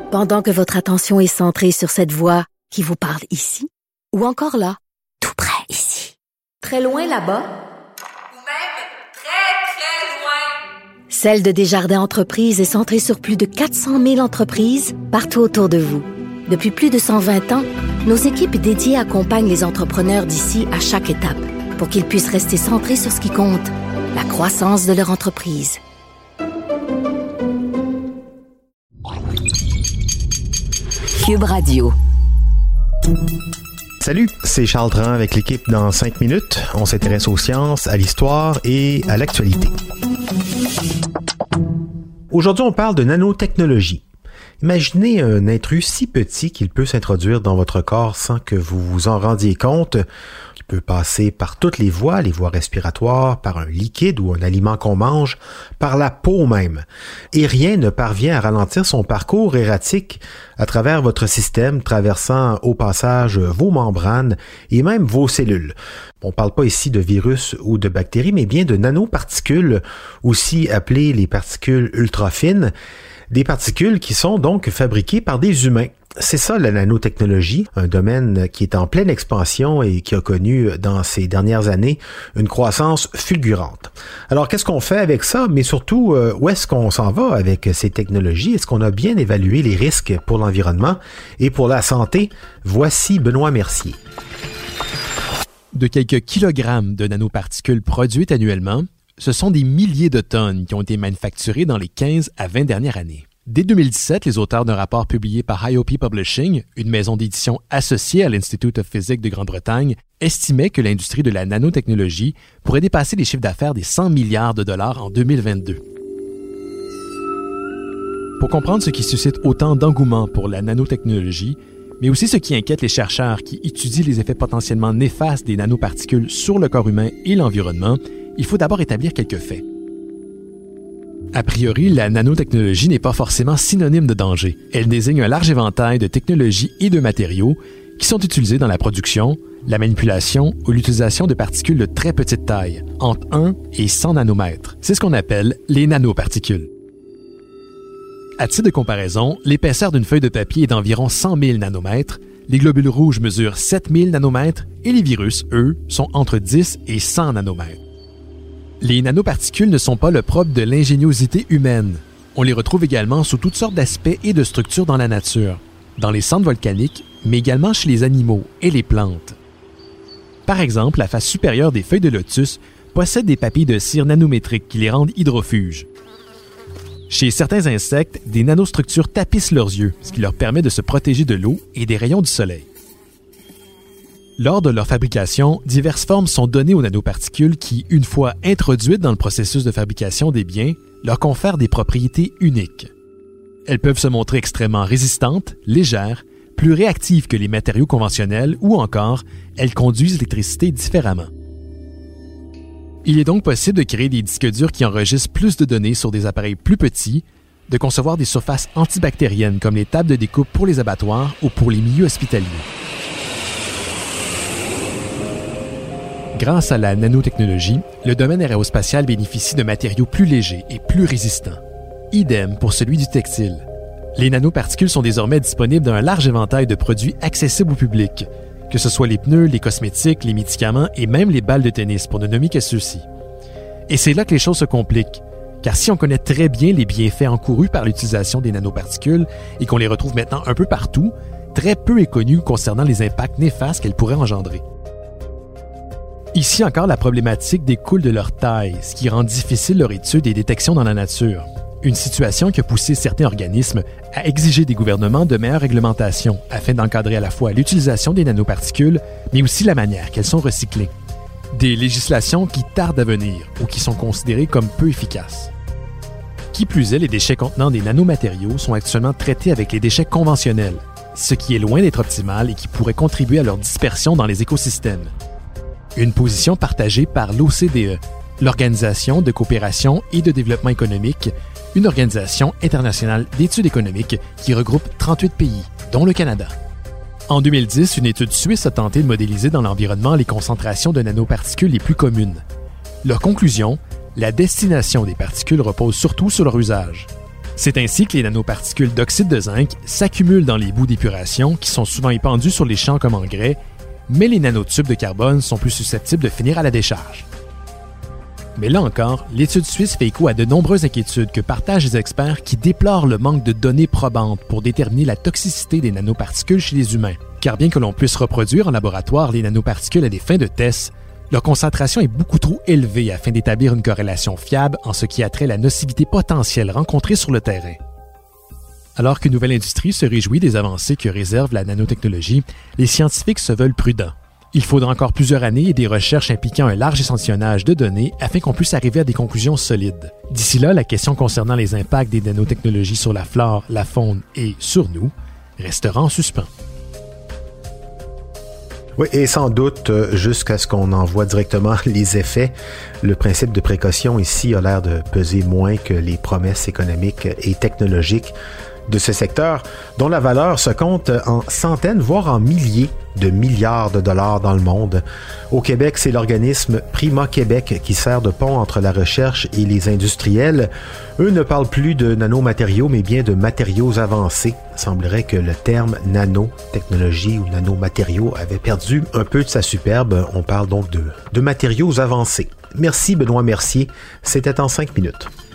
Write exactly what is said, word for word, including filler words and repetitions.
Pendant que votre attention est centrée sur cette voix qui vous parle ici, ou encore là, tout près ici, très loin là-bas, ou même très, très loin. Celle de Desjardins Entreprises est centrée sur plus de quatre cent mille entreprises partout autour de vous. Depuis plus de cent vingt ans, nos équipes dédiées accompagnent les entrepreneurs d'ici à chaque étape pour qu'ils puissent rester centrés sur ce qui compte, la croissance de leur entreprise. Cube Radio. Salut, c'est Charles Tran avec l'équipe dans cinq minutes. On s'intéresse aux sciences, à l'histoire et à l'actualité. Aujourd'hui, on parle de nanotechnologie. Imaginez un intrus si petit qu'il peut s'introduire dans votre corps sans que vous vous en rendiez compte. Il peut passer par toutes les voies, les voies respiratoires, par un liquide ou un aliment qu'on mange, par la peau même. Et rien ne parvient à ralentir son parcours erratique à travers votre système, traversant au passage vos membranes et même vos cellules. On ne parle pas ici de virus ou de bactéries, mais bien de nanoparticules, aussi appelées les particules ultra-fines. Des particules qui sont donc fabriquées par des humains. C'est ça la nanotechnologie, un domaine qui est en pleine expansion et qui a connu dans ces dernières années une croissance fulgurante. Alors qu'est-ce qu'on fait avec ça, mais surtout où est-ce qu'on s'en va avec ces technologies? Est-ce qu'on a bien évalué les risques pour l'environnement et pour la santé? Voici Benoît Mercier. De quelques kilogrammes de nanoparticules produites annuellement, ce sont des milliers de tonnes qui ont été manufacturées dans les quinze à vingt dernières années. Dès deux mille dix-sept, les auteurs d'un rapport publié par I O P Publishing, une maison d'édition associée à l'Institute of Physics de Grande-Bretagne, estimaient que l'industrie de la nanotechnologie pourrait dépasser les chiffres d'affaires des cent milliards de dollars en deux mille vingt-deux. Pour comprendre ce qui suscite autant d'engouement pour la nanotechnologie, mais aussi ce qui inquiète les chercheurs qui étudient les effets potentiellement néfastes des nanoparticules sur le corps humain et l'environnement, il faut d'abord établir quelques faits. A priori, la nanotechnologie n'est pas forcément synonyme de danger. Elle désigne un large éventail de technologies et de matériaux qui sont utilisés dans la production, la manipulation ou l'utilisation de particules de très petite taille, entre un et cent nanomètres. C'est ce qu'on appelle les nanoparticules. À titre de comparaison, l'épaisseur d'une feuille de papier est d'environ cent mille nanomètres, les globules rouges mesurent sept mille nanomètres et les virus, eux, sont entre dix et cent nanomètres. Les nanoparticules ne sont pas le propre de l'ingéniosité humaine. On les retrouve également sous toutes sortes d'aspects et de structures dans la nature, dans les cendres volcaniques, mais également chez les animaux et les plantes. Par exemple, la face supérieure des feuilles de lotus possède des papilles de cire nanométriques qui les rendent hydrofuges. Chez certains insectes, des nanostructures tapissent leurs yeux, ce qui leur permet de se protéger de l'eau et des rayons du soleil. Lors de leur fabrication, diverses formes sont données aux nanoparticules qui, une fois introduites dans le processus de fabrication des biens, leur confèrent des propriétés uniques. Elles peuvent se montrer extrêmement résistantes, légères, plus réactives que les matériaux conventionnels ou encore, elles conduisent l'électricité différemment. Il est donc possible de créer des disques durs qui enregistrent plus de données sur des appareils plus petits, de concevoir des surfaces antibactériennes comme les tables de découpe pour les abattoirs ou pour les milieux hospitaliers. Grâce à la nanotechnologie, le domaine aérospatial bénéficie de matériaux plus légers et plus résistants. Idem pour celui du textile. Les nanoparticules sont désormais disponibles dans un large éventail de produits accessibles au public, que ce soit les pneus, les cosmétiques, les médicaments et même les balles de tennis, pour ne nommer que ceux-ci. Et c'est là que les choses se compliquent, car si on connaît très bien les bienfaits encourus par l'utilisation des nanoparticules et qu'on les retrouve maintenant un peu partout, très peu est connu concernant les impacts néfastes qu'elles pourraient engendrer. Ici encore, la problématique découle de leur taille, ce qui rend difficile leur étude et détection dans la nature. Une situation qui a poussé certains organismes à exiger des gouvernements de meilleures réglementations afin d'encadrer à la fois l'utilisation des nanoparticules, mais aussi la manière qu'elles sont recyclées. Des législations qui tardent à venir ou qui sont considérées comme peu efficaces. Qui plus est, les déchets contenant des nanomatériaux sont actuellement traités avec les déchets conventionnels, ce qui est loin d'être optimal et qui pourrait contribuer à leur dispersion dans les écosystèmes. Une position partagée par l'O C D E, l'Organisation de coopération et de développement économique, une organisation internationale d'études économiques qui regroupe trente-huit pays, dont le Canada. En deux mille dix, une étude suisse a tenté de modéliser dans l'environnement les concentrations de nanoparticules les plus communes. Leur conclusion, la destination des particules repose surtout sur leur usage. C'est ainsi que les nanoparticules d'oxyde de zinc s'accumulent dans les boues d'épuration qui sont souvent épandus sur les champs comme engrais, mais les nanotubes de carbone sont plus susceptibles de finir à la décharge. Mais là encore, l'étude suisse fait écho à de nombreuses inquiétudes que partagent les experts qui déplorent le manque de données probantes pour déterminer la toxicité des nanoparticules chez les humains. Car bien que l'on puisse reproduire en laboratoire les nanoparticules à des fins de test, leur concentration est beaucoup trop élevée afin d'établir une corrélation fiable en ce qui a trait à la nocivité potentielle rencontrée sur le terrain. Alors qu'une nouvelle industrie se réjouit des avancées que réserve la nanotechnologie, les scientifiques se veulent prudents. Il faudra encore plusieurs années et des recherches impliquant un large échantillonnage de données afin qu'on puisse arriver à des conclusions solides. D'ici là, la question concernant les impacts des nanotechnologies sur la flore, la faune et sur nous restera en suspens. Oui, et sans doute, jusqu'à ce qu'on en voit directement les effets, le principe de précaution ici a l'air de peser moins que les promesses économiques et technologiques de ce secteur, dont la valeur se compte en centaines, voire en milliers de milliards de dollars dans le monde. Au Québec, c'est l'organisme Prima Québec qui sert de pont entre la recherche et les industriels. Eux ne parlent plus de nanomatériaux, mais bien de matériaux avancés. Il semblerait que le terme nanotechnologie ou nanomatériaux avait perdu un peu de sa superbe. On parle donc de, de matériaux avancés. Merci Benoît Mercier. C'était en cinq minutes.